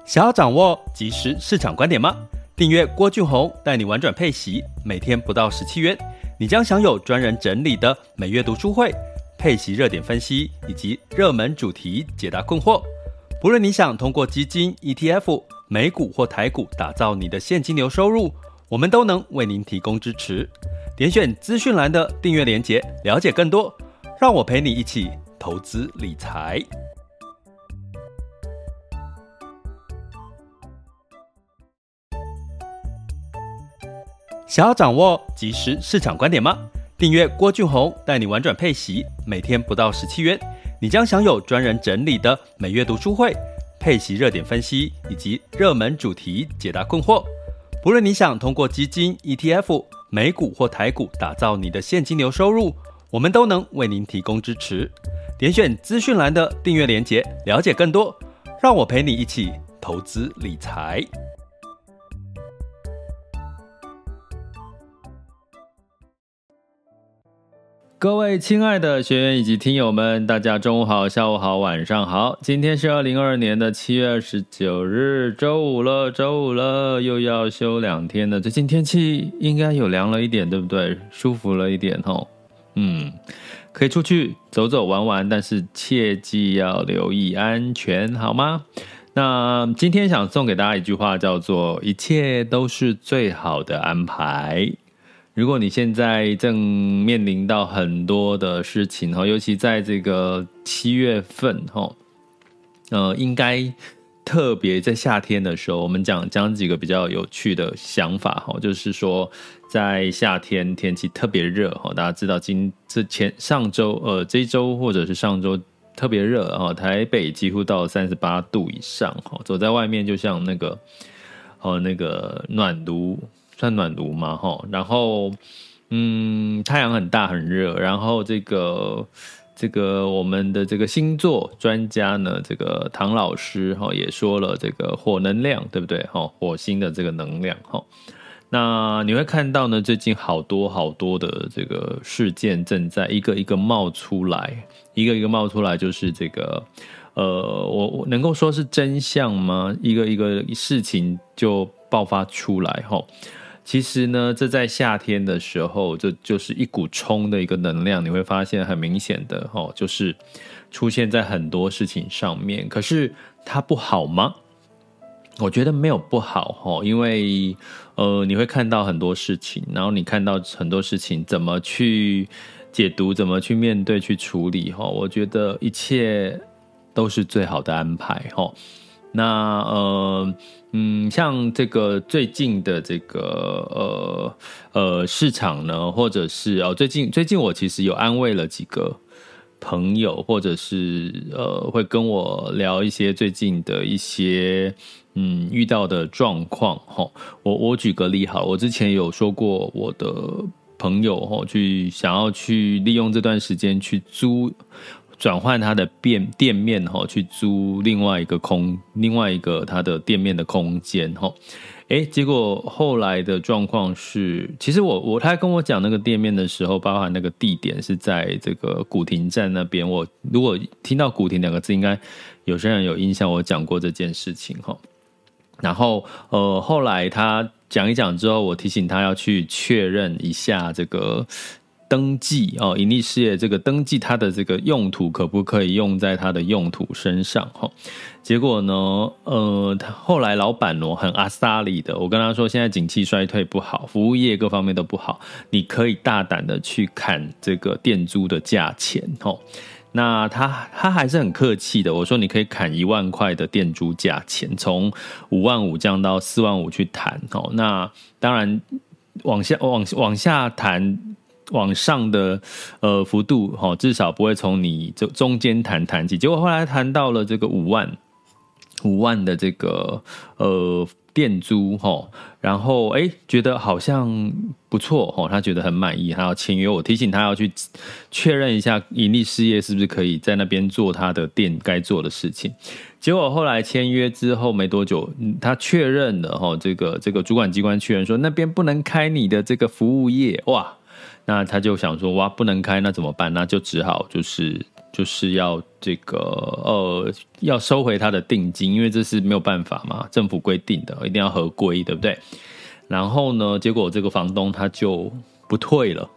想要掌握即时市场观点吗？订阅郭俊宏带你玩转配息，每天不到17元，你将享有专人整理的每月读书会、配息热点分析以及热门主题解答困惑。不论你想通过基金、ETF、美股或台股打造你的现金流收入，我们都能为您提供支持。点选资讯栏的订阅连结，了解更多。让我陪你一起投资理财。想要掌握即时市场观点吗？订阅郭俊宏带你玩转配息，每天不到17元，你将享有专人整理的每月读书会、配息热点分析以及热门主题解答困惑。不论你想通过基金、ETF、美股或台股打造你的现金流收入，我们都能为您提供支持。点选资讯栏的订阅连结，了解更多。让我陪你一起投资理财。各位亲爱的学员以及听友们，大家中午好、下午好、晚上好。今天是2022年的7月29日，周五了，又要休2天了。最近天气应该有凉了一点，对不对？舒服了一点齁。可以出去走走玩玩，但是切记要留意安全，好吗？那今天想送给大家一句话，叫做一切都是最好的安排。如果你现在正面临到很多的事情，尤其在这个7月份，应该特别在夏天的时候，我们讲几个比较有趣的想法，就是说在夏天天气特别热，大家知道上周这一周或者是上周特别热，台北几乎到38度以上，走在外面就像那个暖炉。算暖炉嘛，然后太阳很大很热，然后这个我们的这个星座专家呢，这个唐老师也说了这个火能量，对不对？火星的这个能量，那你会看到呢，最近好多的这个事件正在一个一个冒出来，就是这个我能够说是真相吗？一个事情就爆发出来其实呢，这在夏天的时候，这就是一股冲的一个能量，你会发现很明显的就是出现在很多事情上面。可是它不好吗？我觉得没有不好因为你会看到很多事情，然后你看到很多事情怎么去解读，怎么去面对，去处理我觉得一切都是最好的安排那像这个最近的这个市场呢，或者是最近我其实有安慰了几个朋友，或者是会跟我聊一些最近的一些遇到的状况我举个例好，我之前有说过我的朋友想要去利用这段时间去转换他的店面去租另外一个他的店面的空间结果后来的状况是，其实他跟我讲那个店面的时候，包含那个地点是在这个古亭站那边。我如果听到古亭2个字，应该有些人有印象，我讲过这件事情然后后来他讲一讲之后，我提醒他要去确认一下这个登记营利事业这个登记它的这个用途可不可以用在它的用途身上结果呢后来老板很阿萨里的，我跟他说现在景气衰退不好，服务业各方面都不好，你可以大胆的去砍这个店租的价钱那他还是很客气的，我说你可以砍1万块的店租价钱，从5万5降到4万5去谈那当然往下谈往上的幅度至少不会从你中间谈起，结果后来谈到了这个5万的这个店租然后觉得好像不错他觉得很满意，他要签约。我提醒他要去确认一下盈利事业是不是可以在那边做他的店该做的事情。结果后来签约之后没多久，他确认了这个主管机关确认说那边不能开你的这个服务业哇。那他就想说哇不能开那怎么办，那就只好就是就是要要收回他的定金，因为这是没有办法嘛，政府规定的，一定要合规，对不对？然后呢，结果这个房东他就不退了。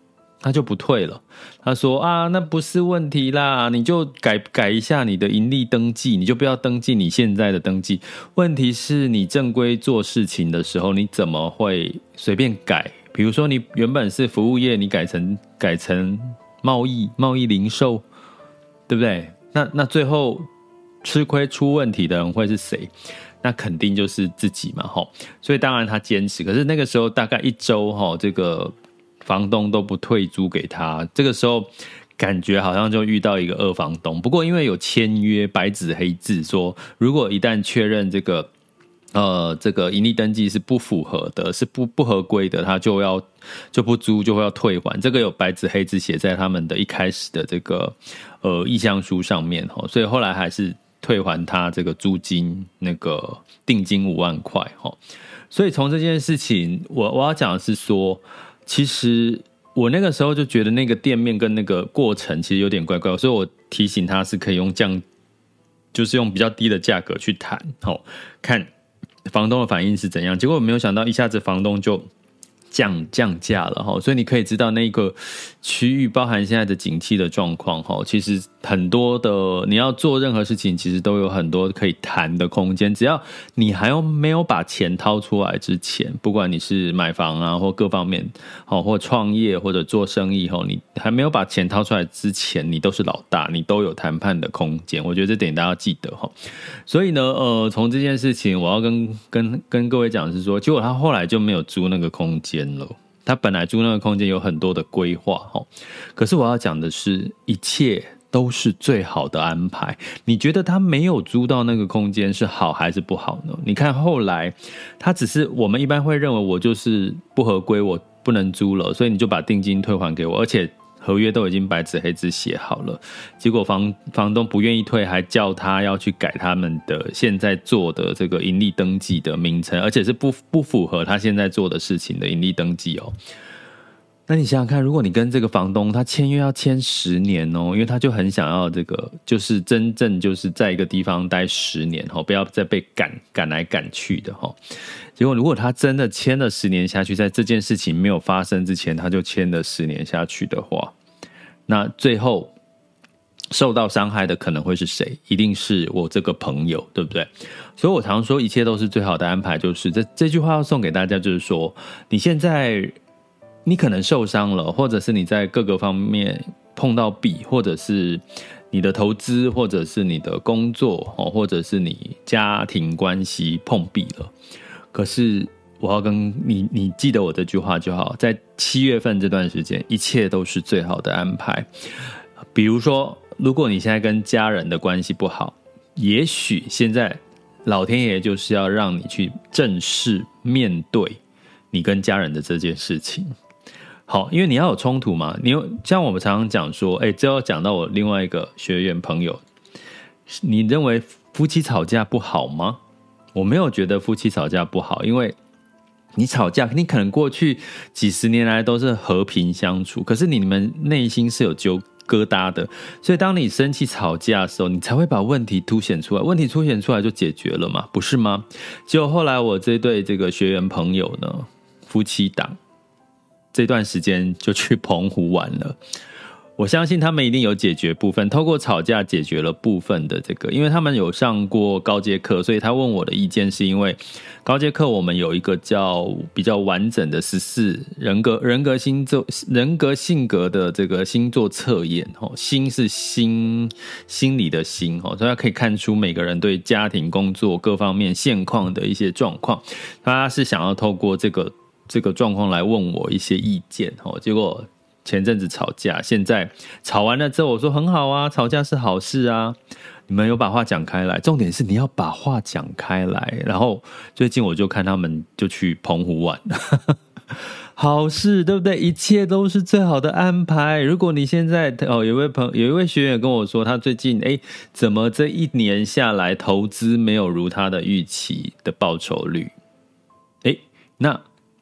他说啊，那不是问题啦，你就改一下你的盈利登记，你就不要登记你现在的登记。问题是你正规做事情的时候，你怎么会随便改？比如说你原本是服务业，你改成贸易零售，对不对？那最后吃亏出问题的人会是谁？那肯定就是自己嘛，吼。所以当然他坚持，可是那个时候大概1周，吼，这个房东都不退租给他，这个时候感觉好像就遇到一个二房东。不过因为有签约，白纸黑字说，如果一旦确认这个盈利登记是不符合的，是不合规的，他就不租，就会要退还。这个有白纸黑字写在他们的一开始的这个意向书上面，所以后来还是退还他这个租金，那个定金5万块。所以从这件事情，我要讲的是说，其实我那个时候就觉得那个店面跟那个过程其实有点怪怪，所以我提醒他是可以就是用比较低的价格去谈，看房东的反应是怎样。结果我没有想到，一下子房东就降价了，所以你可以知道那个区域包含现在的景气的状况，其实很多的你要做任何事情，其实都有很多可以谈的空间。只要你还没有把钱掏出来之前，不管你是买房啊或各方面，或创业或者做生意，你还没有把钱掏出来之前，你都是老大，你都有谈判的空间。我觉得这点大家要记得。所以呢，从这件事情我要跟各位讲的是说，结果他后来就没有租那个空间了。他本来租那个空间有很多的规划，可是我要讲的是，一切都是最好的安排。你觉得他没有租到那个空间是好还是不好呢？你看后来他只是，我们一般会认为我就是不合规，我不能租了，所以你就把定金退还给我，而且合约都已经白纸黑字写好了。结果房东不愿意退，还叫他要去改他们的现在做的这个盈利登记的名称，而且是不符合他现在做的事情的盈利登记哦。那你想想看，如果你跟这个房东他签约要签10年哦，因为他就很想要这个，就是真正就是在一个地方待10年，不要再被赶来赶去的。结果如果他真的签了10年下去，在这件事情没有发生之前他就签了10年下去的话，那最后受到伤害的可能会是谁？一定是我这个朋友，对不对？所以我常说一切都是最好的安排，就是这句话要送给大家，就是说你现在你可能受伤了，或者是你在各个方面碰到壁，或者是你的投资，或者是你的工作，或者是你家庭关系碰壁了。可是我要跟你记得我这句话就好，在7月份这段时间，一切都是最好的安排。比如说，如果你现在跟家人的关系不好，也许现在老天爷就是要让你去正式面对你跟家人的这件事情。好，因为你要有冲突嘛。像我们常常讲说，这要讲到我另外一个学员朋友，你认为夫妻吵架不好吗？我没有觉得夫妻吵架不好，因为你吵架，你可能过去几十年来都是和平相处，可是你们内心是有疙瘩的，所以当你生气吵架的时候，你才会把问题凸显出来，问题凸显出来就解决了嘛，不是吗？结果后来我这对这个学员朋友呢，夫妻档这段时间就去澎湖玩了。我相信他们一定有解决部分，透过吵架解决了部分的这个，因为他们有上过高阶课，所以他问我的意见是因为高阶课我们有一个比较完整的14人格性格的这个星座测验，心是心理的心，所以他可以看出每个人对家庭工作各方面现况的一些状况，他是想要透过这个状况来问我一些意见，结果前阵子吵架，现在吵完了之后我说很好啊，吵架是好事啊，你们有把话讲开来，重点是你要把话讲开来。然后最近我就看他们就去澎湖玩好事对不对？一切都是最好的安排。如果你现在有一位学员跟我说，他最近怎么这1年下来投资没有如他的预期的报酬率，那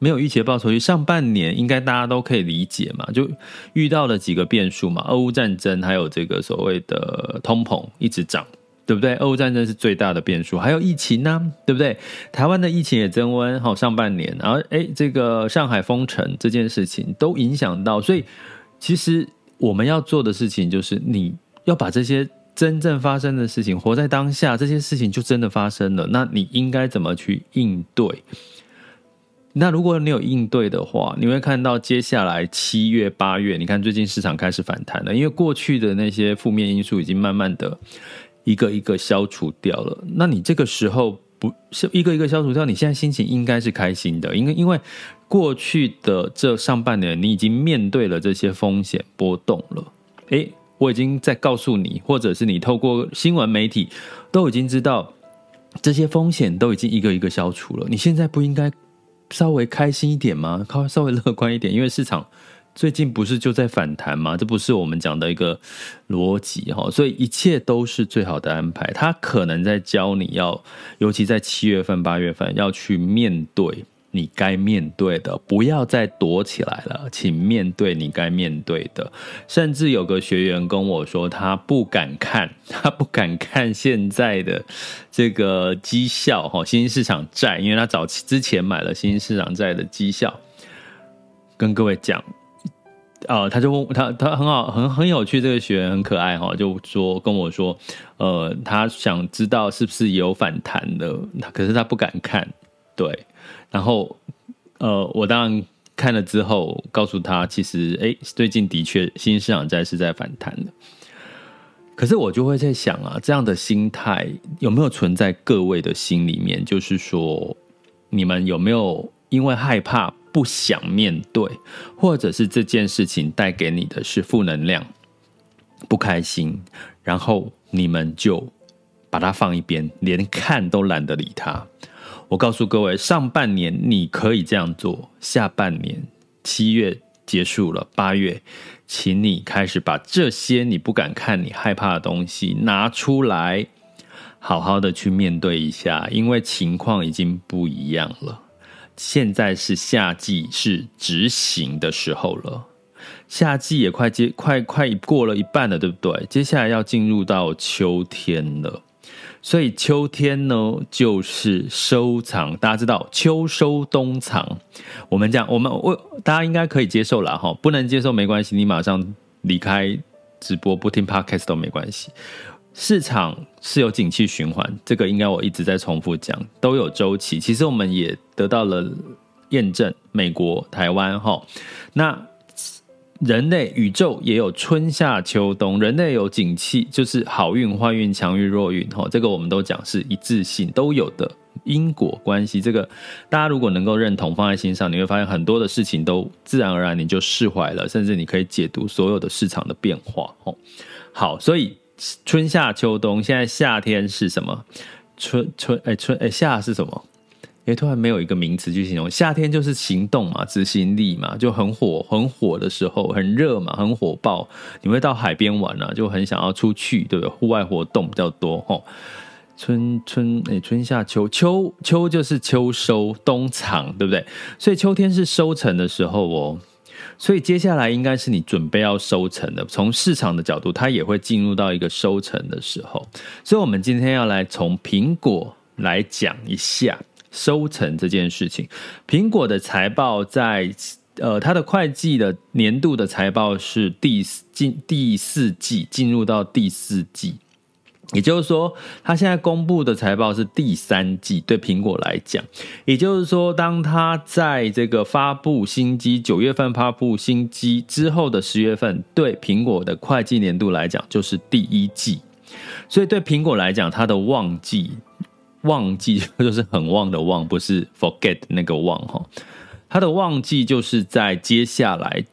没有预期的报酬率，上半年应该大家都可以理解嘛，就遇到了几个变数嘛，俄乌战争还有这个所谓的通膨一直涨，对不对？俄乌战争是最大的变数，还有疫情啊，对不对？台湾的疫情也增温，上半年，然后这个上海封城这件事情都影响到，所以其实我们要做的事情就是你要把这些真正发生的事情活在当下，这些事情就真的发生了，那你应该怎么去应对？那如果你有应对的话，你会看到接下来7月8月，你看最近市场开始反弹了，因为过去的那些负面因素已经慢慢的一个一个消除掉了，那你这个时候不一个一个消除掉，你现在心情应该是开心的，因为过去的这上半年你已经面对了这些风险波动了，我已经在告诉你，或者是你透过新闻媒体都已经知道这些风险都已经一个一个消除了，你现在不应该稍微开心一点吗？稍微乐观一点，因为市场最近不是就在反弹吗？这不是我们讲的一个逻辑，所以一切都是最好的安排。他可能在教你尤其在7月份8月份要去面对你该面对的，不要再躲起来了，请面对你该面对的。甚至有个学员跟我说，他不敢看现在的这个绩效，新兴市场债，因为他之前买了新兴市场债的绩效，跟各位讲。他就问他很好很有趣，这个学员很可爱就跟我说，他想知道是不是有反弹的，可是他不敢看，对。然后我当然看了之后告诉他，其实最近的确新兴市场债是在反弹的。可是我就会在想啊，这样的心态有没有存在各位的心里面？就是说，你们有没有因为害怕不想面对，或者是这件事情带给你的是负能量、不开心，然后你们就把它放一边，连看都懒得理它？我告诉各位，上半年你可以这样做，下半年7月结束了，8月，请你开始把这些你不敢看、你害怕的东西拿出来，好好的去面对一下，因为情况已经不一样了。现在是夏季，是执行的时候了，夏季也快过了一半了，对不对？接下来要进入到秋天了。所以秋天呢，就是收藏，大家知道秋收冬藏。我们讲，大家应该可以接受啦，不能接受没关系，你马上离开直播，不听 podcast 都没关系。市场是有景气循环，这个应该我一直在重复讲，都有周期。其实我们也得到了验证，美国、台湾那人类宇宙也有春夏秋冬，人类有景气，就是好运、坏运、强运、弱运，这个我们都讲是一致性，都有的因果关系。这个大家如果能够认同，放在心上，你会发现很多的事情都自然而然你就释怀了，甚至你可以解读所有的市场的变化。好，所以春夏秋冬，现在夏天是什么？夏是什么？突然没有一个名词去形容。夏天就是行动嘛，执行力嘛，就很火的时候，很热嘛，很火爆，你会到海边玩啊，就很想要出去，对不对？户外活动比较多。春夏秋就是秋收冬藏，对不对？所以秋天是收成的时候哦。所以接下来应该是你准备要收成的，从市场的角度，它也会进入到一个收成的时候。所以我们今天要来从苹果来讲一下收成这件事情。苹果的财报在它的会计的年度的财报是第四季，进入到第4季。也就是说，他现在公布的财报是第3季，对苹果来讲，也就是说，当他在这个发布新机9月份发布新机之后的10月份，对苹果的会计年度来讲就是第1季，所以对苹果来讲，它的旺季就是很旺的旺，不是 forget 那个旺，它的旺季就是在接下来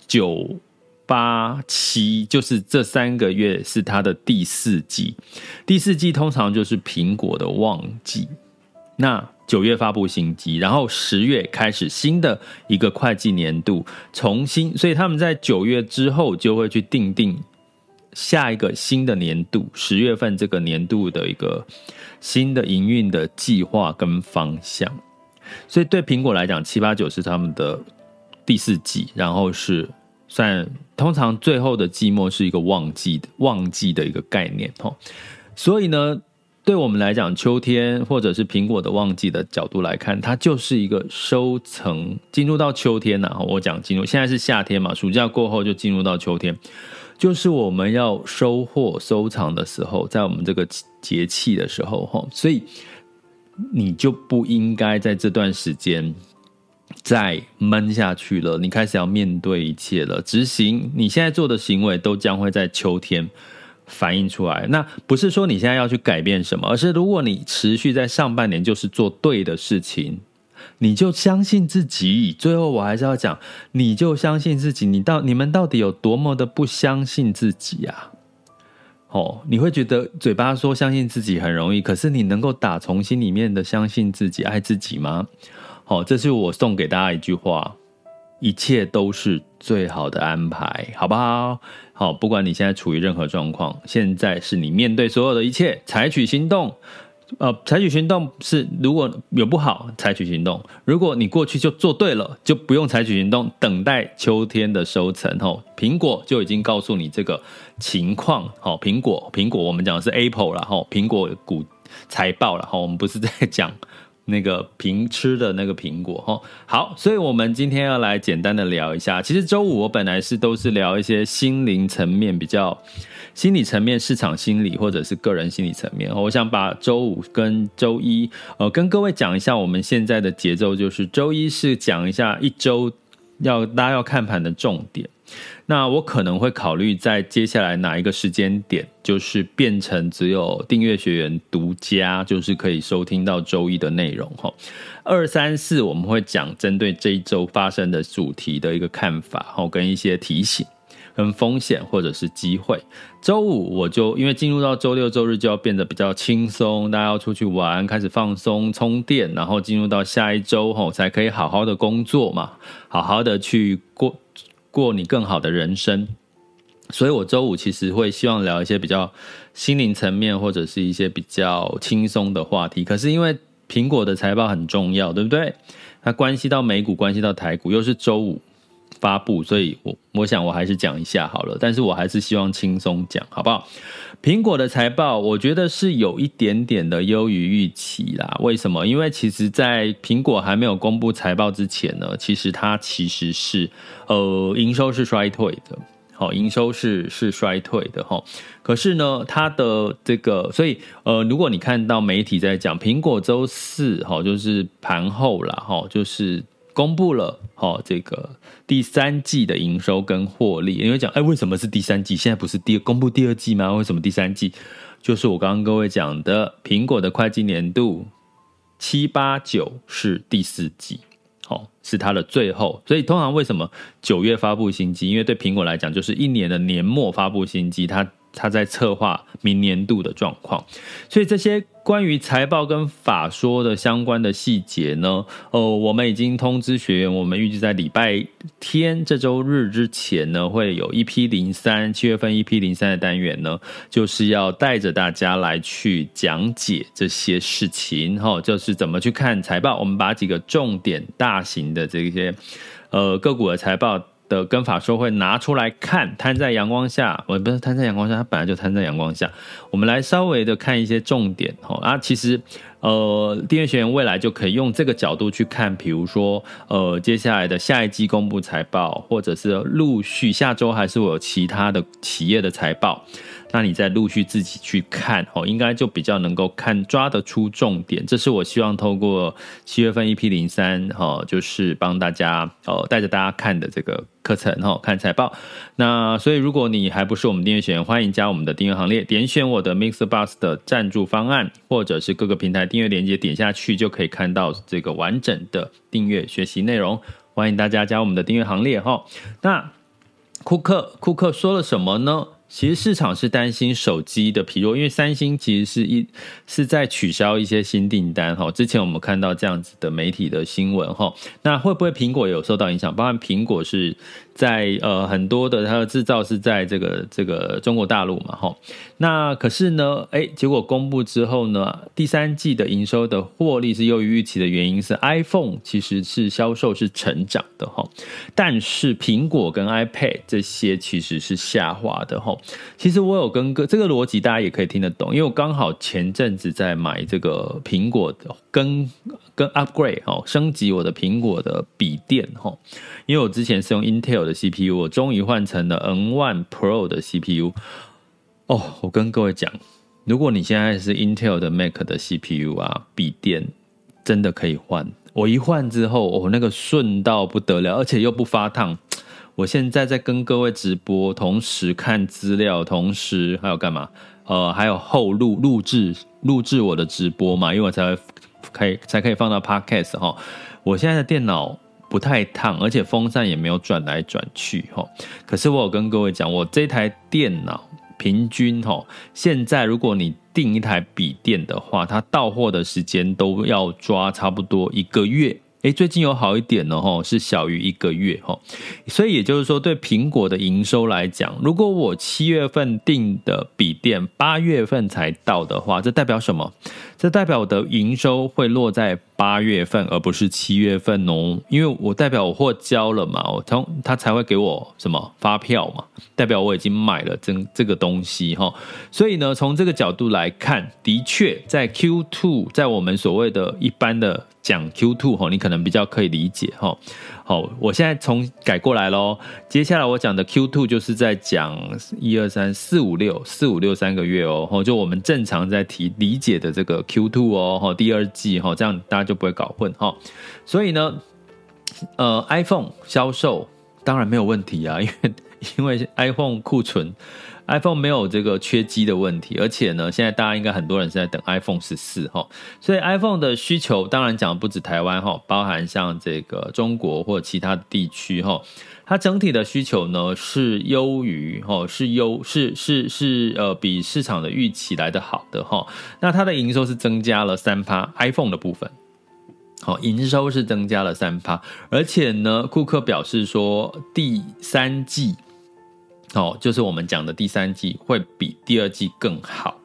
9、8、7，就是这3个月是它的第4季。第4季通常就是苹果的旺季。那9月发布新机，然后10月开始新的一个会计年度重新，所以他们在9月之后就会去定下一个新的年度，10月份这个年度的一个新的营运的计划跟方向。 所以对苹果来讲7、8、9是他们的第4季，然后是算通常最后的季末是一个旺季的一个概念。所以呢，对我们来讲，秋天或者是苹果的旺季的角度来看，它就是一个收成，进入到秋天我讲现在是夏天嘛，暑假过后就进入到秋天，就是我们要收获收藏的时候，在我们这个节气的时候，所以你就不应该在这段时间再闷下去了，你开始要面对一切了，执行你现在做的行为都将会在秋天反映出来。那不是说你现在要去改变什么，而是如果你持续在上半年就是做对的事情，你就相信自己。最后我还是要讲，你就相信自己。你们到底有多么的不相信自己啊？你会觉得嘴巴说相信自己很容易，可是你能够打从心里面的相信自己、爱自己吗？这是我送给大家一句话：一切都是最好的安排，好不好？好，不管你现在处于任何状况，现在是你面对所有的一切，采取行动。采取行动是如果有不好采取行动，如果你过去就做对了，就不用采取行动，等待秋天的收成。苹果就已经告诉你这个情况。苹果我们讲的是 Apple 啦，苹果股财报啦，我们不是在讲那个吃的那个苹果。好，所以我们今天要来简单的聊一下。其实周五我本来都是聊一些心灵层面，比较心理层面、市场心理或者是个人心理层面。我想把周五跟周一跟各位讲一下我们现在的节奏，就是周一是讲一下一周大家要看盘的重点。那我可能会考虑在接下来哪一个时间点，就是变成只有订阅学员独家，就是可以收听到周一的内容。2、3、4我们会讲针对这一周发生的主题的一个看法，跟一些提醒跟风险或者是机会。周五我就因为进入到周六周日就要变得比较轻松，大家要出去玩，开始放松充电，然后进入到下一周才可以好好的工作嘛，好好的去过你更好的人生。所以我周五其实会希望聊一些比较心灵层面或者是一些比较轻松的话题。可是因为苹果的财报很重要，对不对？它关系到美股，关系到台股，又是周五发布，所以我想我还是讲一下好了，但是我还是希望轻松讲，好不好？苹果的财报我觉得是有一点点的优于预期啦。为什么？因为其实在苹果还没有公布财报之前呢，它其实是营收是衰退的。营收是衰退的。可是呢它的这个，所以如果你看到媒体在讲苹果周四就是盘后啦，就是公布了这个第3季的营收跟获利。因为讲为什么是第3季？现在不是公布第2季吗？为什么第3季？就是我刚刚各位讲的，苹果的会计年度7、8、9是第4季，是它的最后。所以通常为什么9月发布新机？因为对苹果来讲，就是一年的年末发布新机，它在策划明年度的状况。所以这些关于财报跟法说的相关的细节呢，我们已经通知学员，我们预计在礼拜天这周日之前呢，会有 EP03 7月份 EP03 的单元呢，就是要带着大家来去讲解这些事情，就是怎么去看财报。我们把几个重点大型的这些个股的财报的跟法说会拿出来看，摊在阳光下，不是摊在阳光下，它本来就摊在阳光下。我们来稍微的看一些重点。其实订阅学员未来就可以用这个角度去看，比如说接下来的下一季公布财报，或者是陆续下周还是会有其他的企业的财报，那你再陆续自己去看，应该就比较能够抓得出重点。这是我希望透过7月份 EP03 就是帮大家带着大家看的这个课程，看财报。那所以如果你还不是我们订阅学员，欢迎加我们的订阅行列，点选我的 MixerBox 的赞助方案，或者是各个平台订阅连结，点下去就可以看到这个完整的订阅学习内容。欢迎大家加我们的订阅行列。那库克说了什么呢？ 其实市场是担心手机的疲弱，因为三星其实是在取消一些新订单哈。之前我们看到这样子的媒体的新闻哈，那会不会苹果有受到影响？包含苹果是在很多的它的制造是在这个中国大陆嘛哈。那可是呢，结果公布之后呢，第三季的营收的获利是优于预期的原因是 iPhone 其实是销售是成长的哈，但是苹果跟 iPad 这些其实是下滑的哈。其实我有这个逻辑大家也可以听得懂，因为我刚好前阵子在买这个苹果的跟 upgrade 升级我的苹果的笔电，因为我之前是用 Intel 的 CPU， 我终于换成了 N1 Pro 的 CPU。我跟各位讲，如果你现在是 Intel 的 Mac 的 CPU 啊，笔电真的可以换。我一换之后，那个顺到不得了，而且又不发烫。我现在在跟各位直播，同时看资料，同时还有干嘛？还有后录制我的直播嘛，因为我才可以放到 Podcast 哈。我现在的电脑不太烫，而且风扇也没有转来转去哈。可是我有跟各位讲，我这台电脑平均现在如果你订一台笔电的话，它到货的时间都要抓差不多1个月。最近有好一点了是小于1个月所以也就是说，对苹果的营收来讲，如果我7月份订的笔电8月份才到的话，这代表什么？这代表我的营收会落在8月份，而不是7月份因为我代表我货交了嘛，他才会给我什么发票嘛，代表我已经买了这个东西所以呢，从这个角度来看，的确在 Q2， 在我们所谓的一般的讲 Q2 你可能比较可以理解我现在改过来咯，接下来我讲的 Q2 就是在讲1、2、3、4、5、6 3个月就我们正常在理解的这个 Q2 第二季这样大家就不会搞混所以呢iPhone 销售当然没有问题啊，因为 iPhone 库存，iPhone 没有这个缺机的问题，而且呢，现在大家应该很多人是在等 iPhone 14所以 iPhone 的需求当然讲不止台湾包含像这个中国或其他地区它整体的需求呢是优于是比市场的预期来的好的那它的营收是增加了 3% iPhone 的部分。营收是增加了 3%， 而且呢，库克表示说第三季就是我们讲的第三季会比第二季更好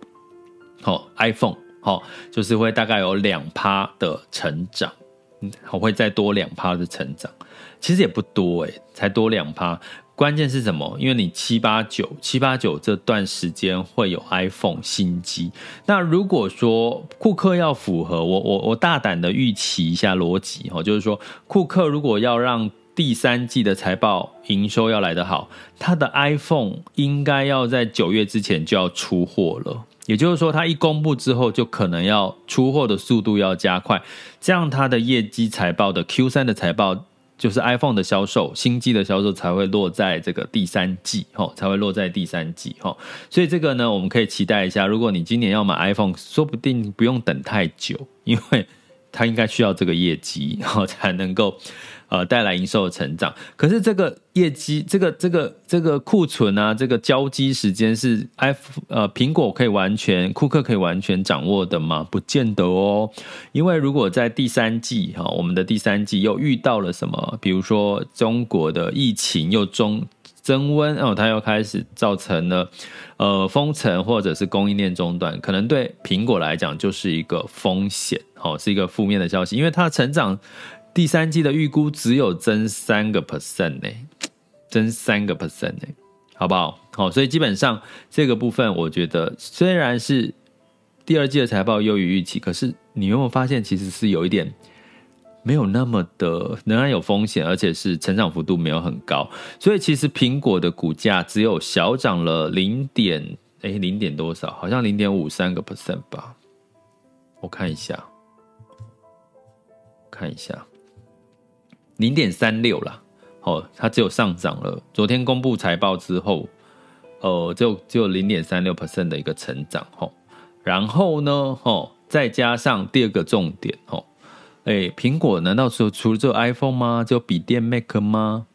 iPhone 就是会大概有 2% 的成长，会再多 2% 的成长，其实也不多才多 2%。关键是什么？因为你7、8、9这段时间会有 iPhone 新机，那如果说库克要符合我大胆的预期一下逻辑就是说库克如果要让第三季的财报营收要来得好，他的 iPhone 应该要在9月之前就要出货了，也就是说他一公布之后就可能要出货的速度要加快，这样他的业绩财报的 Q3 的财报就是 iPhone 的销售，新机的销售才会落在这个第三季才会落在第三季所以这个呢，我们可以期待一下，如果你今年要买 iPhone， 说不定不用等太久，因为它应该需要这个业绩才能够带来营收的成长。可是这个业绩，这个库存啊，这个交机时间是苹果可以库克可以完全掌握的吗？不见得因为如果在第三季我们的第三季又遇到了什么，比如说中国的疫情又增温它又开始造成了封城或者是供应链中断，可能对苹果来讲就是一个风险是一个负面的消息，因为它的成长第三季的预估只有增 3% 呢，增 3% 呢，好不好？所以基本上这个部分我觉得虽然是第二季的财报优于预期，可是你有没有发现其实是有一点没有那么的，仍然有风险，而且是成长幅度没有很高，所以其实苹果的股价只有小涨了0点多少，好像 0.53% 吧，我看一下 0.36 啦它只有上涨了，昨天公布财报之后只有 0.36% 的一个成长然后呢再加上第二个重点苹果难道除了只有 iPhone 吗？只有笔电 Mac 吗？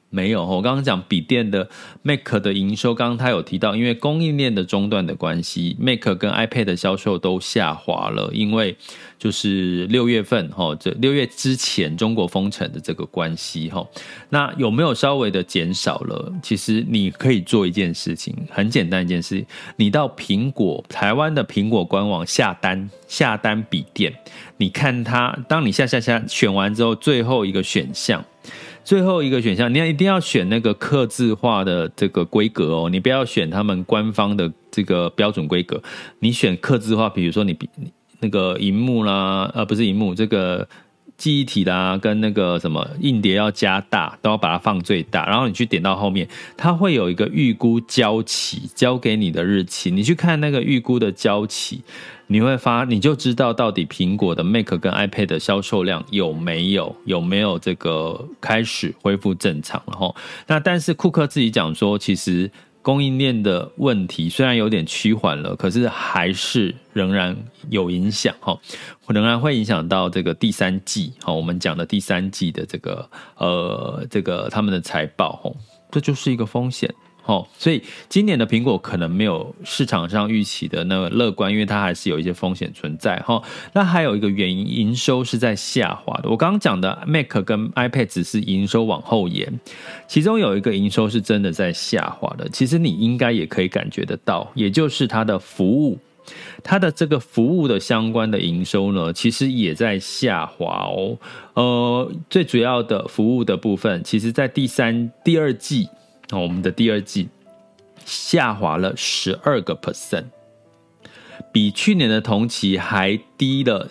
没有。我刚刚讲笔电的 Mac 的营收，刚刚他有提到，因为供应链的中断的关系， Mac 跟 iPad 的销售都下滑了，因为就是6月份这6月之前中国封城的这个关系。那有没有稍微的减少了？其实你可以做一件事情，很简单一件事，你到台湾的苹果官网下单笔电，你看它，当你下选完之后，最后一个选项，你一定要选那个客制化的这个规格哦，你不要选他们官方的这个标准规格，你选客制化，比如说你那个萤幕啦，不是萤幕，这个记忆体啦，跟那个什么硬碟要加大，都要把它放最大，然后你去点到后面，它会有一个预估交期，交给你的日期，你去看那个预估的交期，你就知道到底苹果的 Mac 跟 iPad 的销售量有没有这个开始恢复正常了。那但是库克自己讲说，其实供应链的问题虽然有点趋缓了，可是还是仍然有影响，仍然会影响到这个第三季，我们讲的第三季的这个他们的财报，这就是一个风险。所以今年的苹果可能没有市场上预期的那个乐观，因为它还是有一些风险存在。那还有一个原因，营收是在下滑的。我刚刚讲的 Mac 跟 iPad 只是营收往后延，其中有一个营收是真的在下滑的，其实你应该也可以感觉得到，也就是它的服务，它的这个服务的相关的营收呢，其实也在下滑哦。最主要的服务的部分，其实在第二季，我们的第二季下滑了12%，比去年的同期还低了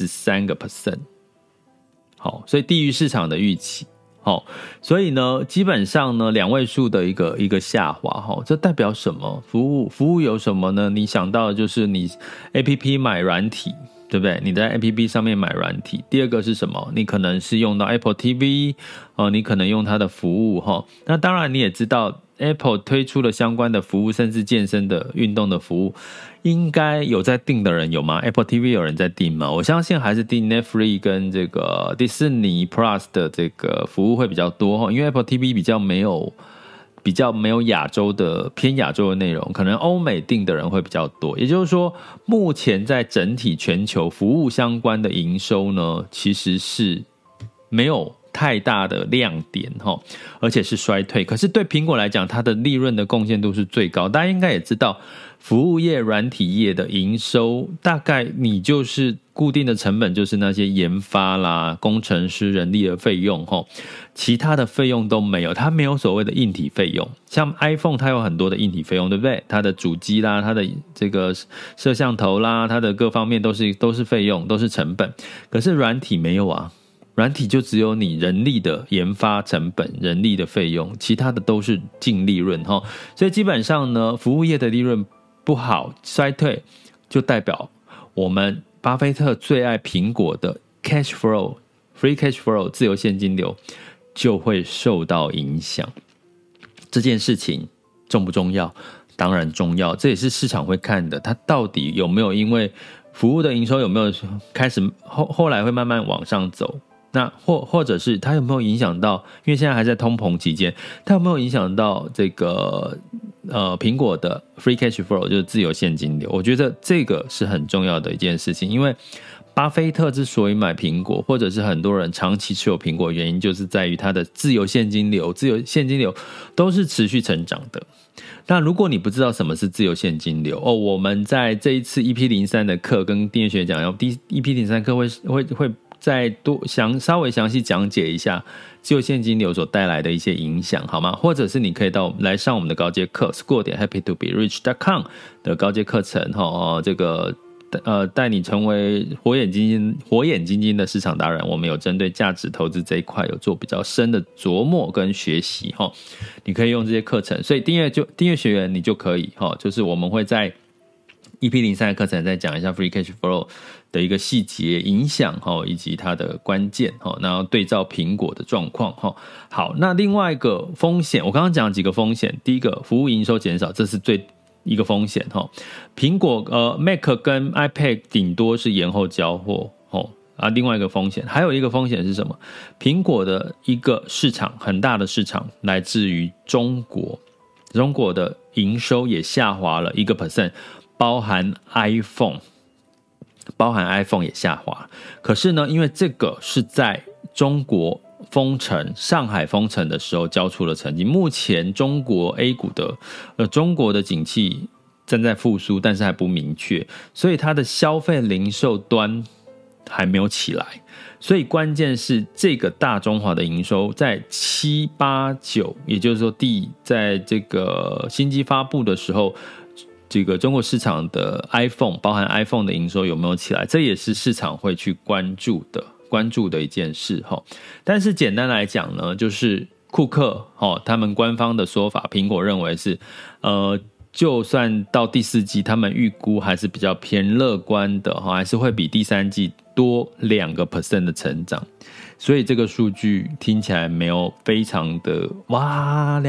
33%。所以低于市场的预期。所以呢，基本上呢，2位数的一个下滑，这代表什么？服务有什么呢？你想到的就是你 APP 买软体，对不对？你在 APP 上面买软体。第二个是什么？你可能是用到 Apple TV，你可能用它的服务。那当然你也知道 Apple 推出了相关的服务，甚至健身的运动的服务，应该有在订的人有吗？ Apple TV 有人在订吗？我相信还是订 Netflix 跟这个迪士尼 Plus 的这个服务会比较多，因为 Apple TV 比较没有偏亚洲的内容，可能欧美订的人会比较多。也就是说，目前在整体全球服务相关的营收呢，其实是没有太大的亮点，而且是衰退。可是对苹果来讲，它的利润的贡献度是最高。大家应该也知道，服务业、软体业的营收，大概你就是固定的成本，就是那些研发啦、工程师、人力的费用，其他的费用都没有。它没有所谓的硬体费用，像 iPhone 它有很多的硬体费用，对不对？它的主机啦，它的这个摄像头啦，它的各方面都是费用，都是成本。可是软体没有啊。软体就只有你人力的研发成本、人力的费用，其他的都是净利润。所以基本上呢，服务业的利润不好衰退，就代表我们巴菲特最爱苹果的 cash flow、free cash flow 自由现金流就会受到影响。这件事情重不重要？当然重要，这也是市场会看的，它到底有没有因为服务的营收有没有开始后来会慢慢往上走。那或者是它有没有影响到，因为现在还在通膨期间，它有没有影响到这个苹果的 free cash flow， 就是自由现金流？我觉得这个是很重要的一件事情，因为巴菲特之所以买苹果，或者是很多人长期持有苹果，原因就是在于它的自由现金流都是持续成长的。那如果你不知道什么是自由现金流，我们在这一次 EP03 的课跟订阅学讲EP03 课会再稍微详细讲解一下自由现金流所带来的一些影响，好吗？或者是你可以来上我们的高阶课 score.happytoberich.com 的高阶课程，这个带你成为火眼金睛的市场达人。我们有针对价值投资这一块有做比较深的琢磨跟学习，你可以用这些课程。所以订阅学员你就可以，就是我们会在 EP03 的课程再讲一下 free cash flow 的一个细节影响，以及它的关键，然后对照苹果的状况。好，那另外一个风险，我刚刚讲几个风险，第一个服务营收减少，这是一个风险。苹果Mac 跟 iPad 顶多是延后交货， 啊，另外一个风险，还有一个风险是什么？苹果的一个市场，很大的市场来自于中国，中国的营收也下滑了1%，包含 iPhone 也下滑。可是呢，因为这个是在中国封城，上海封城的时候交出了成绩。目前中国 A 股的中国的景气正在复苏，但是还不明确，所以它的消费零售端还没有起来，所以关键是这个大中华的营收在7、8、9，也就是说在这个新机发布的时候，这个中国市场的 iPhone 包含 iPhone 的营收有没有起来，这也是市场会去关注的一件事。但是简单来讲呢，就是库克他们官方的说法，苹果认为是就算到第4季，他们预估还是比较偏乐观的，还是会比第3季多2% 的成长。所以这个数据听起来没有非常的哇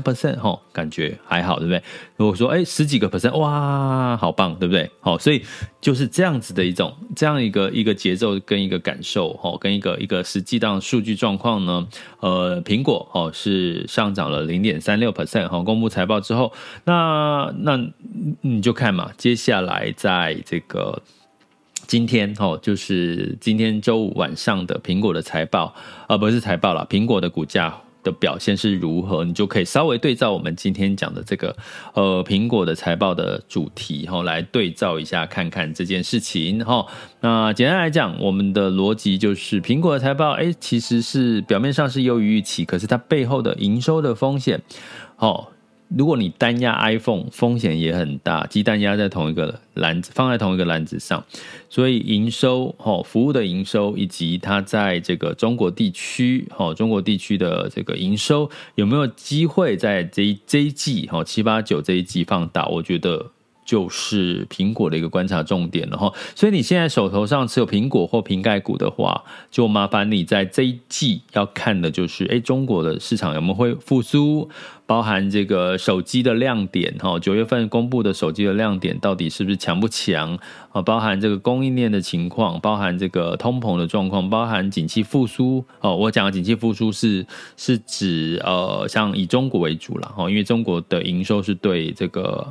2%，感觉还好，对不对？如果说10几个%，哇，好棒，对不对？所以就是这样子的这样一个节奏跟一个感受，跟一个实际的数据状况呢。苹果是上涨了 0.36%，公布财报之后，那你就看嘛，接下来在这个今天就是今天周五晚上的苹果的财报，不是财报啦，苹果的股价的表现是如何，你就可以稍微对照我们今天讲的这个苹果的财报的主题来对照一下，看看这件事情。那简单来讲，我们的逻辑就是苹果的财报其实是表面上是优于预期，可是它背后的营收的风险如果你单压 iPhone， 风险也很大，鸡蛋压在同一个篮子，放在同一个篮子上，所以营收服务的营收以及它在这个中国地区的这个营收有没有机会在这一季7、8、9这一季放大，我觉得就是苹果的一个观察重点了。所以你现在手头上持有苹果或瓶盖股的话，就麻烦你在这一季要看的就是中国的市场有没有会复苏，包含这个手机的亮点，9月份公布的手机的亮点到底是不是强不强，包含这个供应链的情况，包含这个通膨的状况，包含景气复苏。我讲的景气复苏是指像以中国为主啦，因为中国的营收是对这个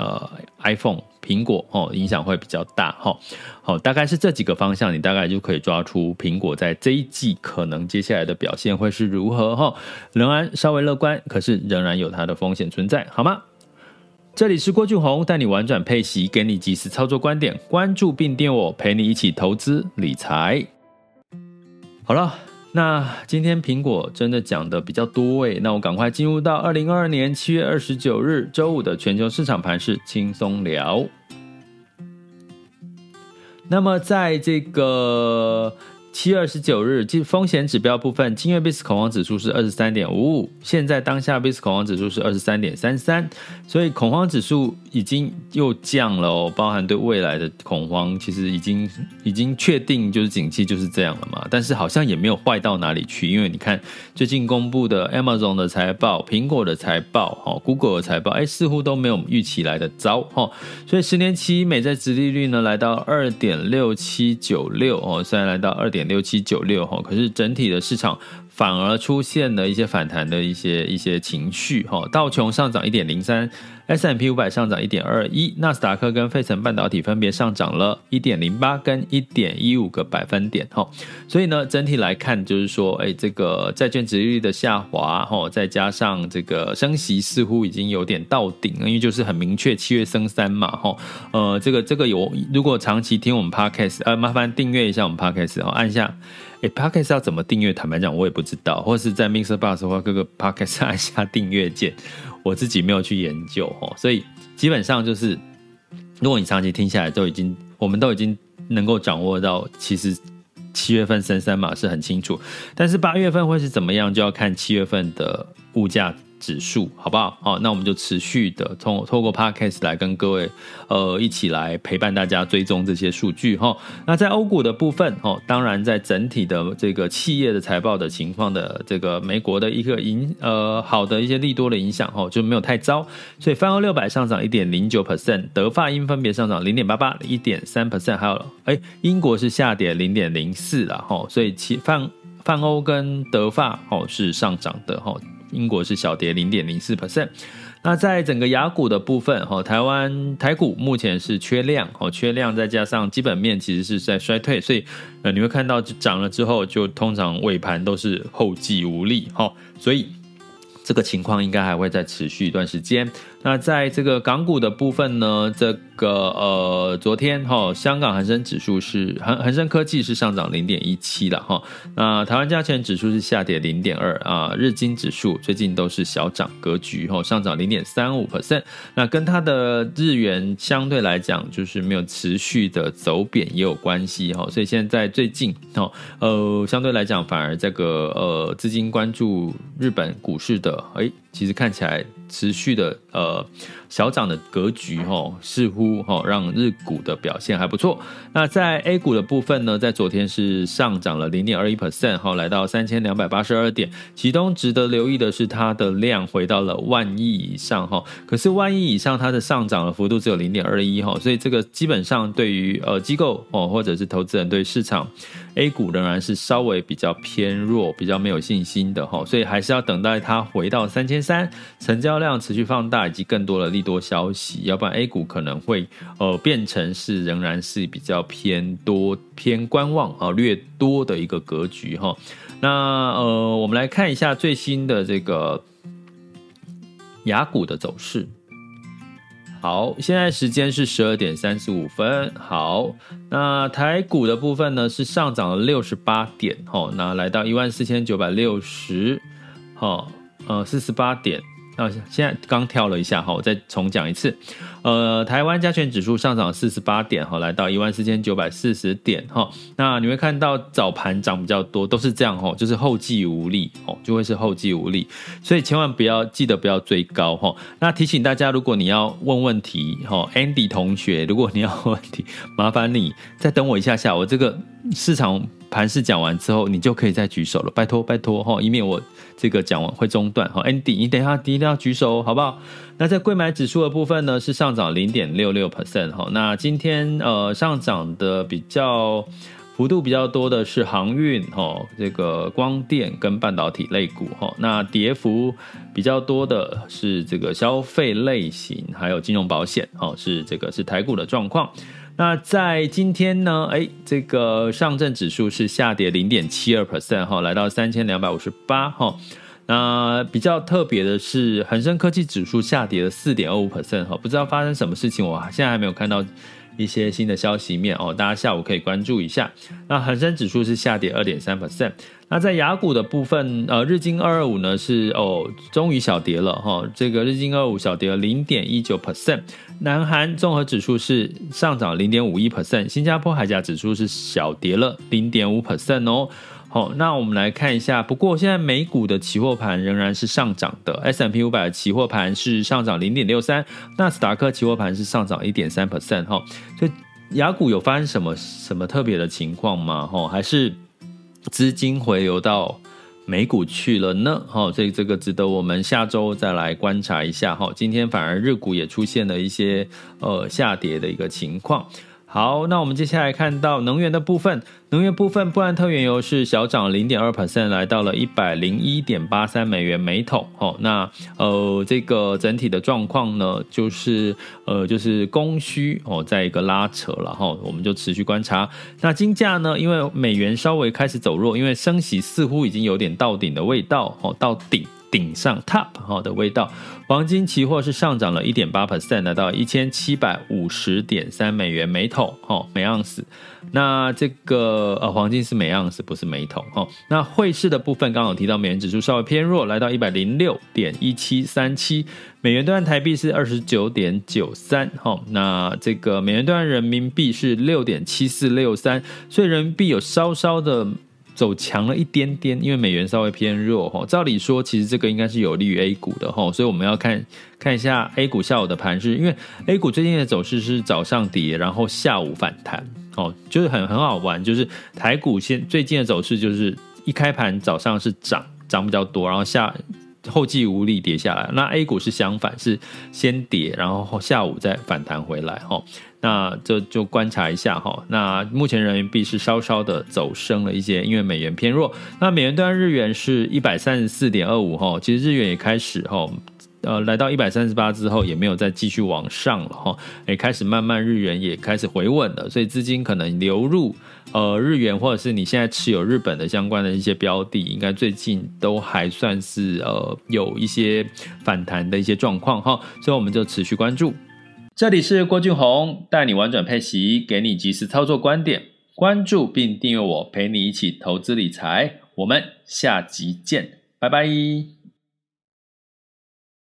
iPhone 苹果影响会比较大。大概是这几个方向，你大概就可以抓出苹果在这一季可能接下来的表现会是如何。仍然稍微乐观，可是仍然有它的风险存在，好吗？这里是郭俊宏，带你玩转配息，给你及时操作观点，关注并订阅我，陪你一起投资理财。好了，那今天苹果真的讲的比较多那我赶快进入到2022年7月29日周五的全球市场盘势轻松聊。那么在这个7月29日风险指标部分，今月 VIX 恐慌指数是 23.55， 现在当下 VIX 恐慌指数是 23.33， 所以恐慌指数已经又降了包含对未来的恐慌其实已经确定就是景气就是这样了嘛，但是好像也没有坏到哪里去，因为你看最近公布的 Amazon 的财报，苹果的财报Google 的财报似乎都没有预期来的糟所以10年期美债殖利率呢来到 2.6796 虽然来到 2.6796 可是整体的市场反而出现了一些反弹的一些情绪道琼上涨 1.03， S&P 500上涨 1.21， 纳斯达克跟费城半导体分别上涨了 1.08 跟 1.15 个百分点所以呢整体来看就是说这个债券殖利率的下滑再加上这个升息似乎已经有点到顶了，因为就是很明确7月升3嘛这个有如果长期听我们 Podcast 麻烦订阅一下我们 Podcast 按下Podcast 要怎么订阅？坦白讲我也不知道，或是在 MixerBox 或各个 Podcast 按下订阅键，我自己没有去研究所以基本上就是如果你长期听下来我们都已经能够掌握到其实7月份升3码是很清楚，但是8月份会是怎么样就要看7月份的物价指数，好不好？那我们就持续的透过 Podcast 来跟各位一起来陪伴大家追踪这些数据。那在欧股的部分，当然在整体的这个企业的财报的情况的这个美国的一个好的一些利多的影响，就没有太糟，所以泛欧600上涨 1.09%， 德法英分别上涨 0.88% 1.3%， 还有英国是下跌 0.04% 啦，所以泛欧跟德法是上涨的，英国是小跌 0.04%。那在整个亚股的部分，台股目前是缺量，再加上基本面其实是在衰退，所以你会看到涨了之后就通常尾盘都是后继无力，所以这个情况应该还会再持续一段时间。那在这个港股的部分呢，这个昨天香港恒生指数是恒生科技是上涨 0.17 啦，那台湾加权指数是下跌 0.2 啊，日经指数最近都是小涨格局，上涨 0.35%， 那跟它的日元相对来讲就是没有持续的走贬也有关系，所以现在最近相对来讲反而这个资金关注日本股市的其实看起来持续的小涨的格局似乎让日股的表现还不错。那在 A 股的部分呢，在昨天是上涨了 0.21%， 来到3282点，其中值得留意的是它的量回到了万亿以上，可是万亿以上它的上涨的幅度只有 0.21%， 所以这个基本上对于机构或者是投资人对市场 A 股仍然是稍微比较偏弱，比较没有信心的，所以还是要等待它回到3300，成交量持续放大以及更多的利多消息，要不然 A 股可能会变成是仍然是比较偏多偏观望略多的一个格局。那我们来看一下最新的这个亚股的走势。好，现在时间是12点35分。好，那台股的部分呢是上涨了68点，那来到14960， 48点。现在刚跳了一下，我再重讲一次。台湾加权指数上涨48点，来到14940点。那你会看到早盘涨比较多，都是这样，就是后继无力，就会是后继无力，所以千万记得不要追高。那提醒大家，如果你要问问题，Andy 同学，如果你要问问题，麻烦你再等我一下下，我这个市场盘势讲完之后，你就可以再举手了，拜托拜托，以免我这个讲完会中断。Andy 你等一下一定要举手，好不好？那在柜买指数的部分呢是上涨 0.66%， 那今天上涨的幅度比较多的是航运，这个光电跟半导体类股，那跌幅比较多的是这个消费类型还有金融保险，是台股的状况。那在今天呢，这个上证指数是下跌 0.72%， 来到3258。那比较特别的是恒生科技指数下跌了 4.25%， 不知道发生什么事情，我现在还没有看到一些新的消息面，大家下午可以关注一下。那恒生指数是下跌 2.3%。那在亚股的部分，日经225呢是终于小跌了，这个日经225小跌了 0.19%。南韩综合指数是上涨 0.51%， 新加坡海峡指数是小跌了 0.5% 哦。那我们来看一下，不过现在美股的期货盘仍然是上涨的， S&P 500的期货盘是上涨 0.63%， 纳斯达克期货盘是上涨 1.3%， 所以亚股有发生什么特别的情况吗？还是资金回流到美股去了呢？所以这个值得我们下周再来观察一下。今天反而日股也出现了一些下跌的一个情况。好，那我们接下来看到能源的部分，布兰特原油是小涨 0.2%， 来到了 101.83 美元每桶。那这个整体的状况呢，就是供需在一个拉扯了，我们就持续观察。那金价呢，因为美元稍微开始走弱，因为升息似乎已经有点到顶的味道，到顶上 top 的味道。黄金期货是上涨了 1.8%， 来到 1750.3 美元每桶每盎司。那这个黄金是每盎司，不是每桶。那汇市的部分刚刚有提到美元指数稍微偏弱，来到 106.1737， 美元兑换台币是 29.93， 那这个美元兑换人民币是 6.7463， 所以人民币有稍稍的走强了一点点，因为美元稍微偏弱照理说其实这个应该是有利于 A 股的所以我们要看一下 A 股下午的盘势，因为 A 股最近的走势是早上跌，然后下午反弹就是很好玩，就是台股最近的走势就是一开盘早上是涨比较多，然后后继无力跌下来。那 A 股是相反，是先跌，然后下午再反弹回来那这就观察一下那目前人民币是稍稍的走升了一些，因为美元偏弱。那美元兑日元是 134.25 其实日元也开始来到138之后也没有再继续往上了也开始慢慢日元也开始回稳了，所以资金可能流入日元，或者是你现在持有日本的相关的一些标的，应该最近都还算是有一些反弹的一些状况所以我们就持续关注。这里是郭俊宏，带你玩转配息，给你及时操作观点，关注并订阅我，陪你一起投资理财，我们下集见，拜拜。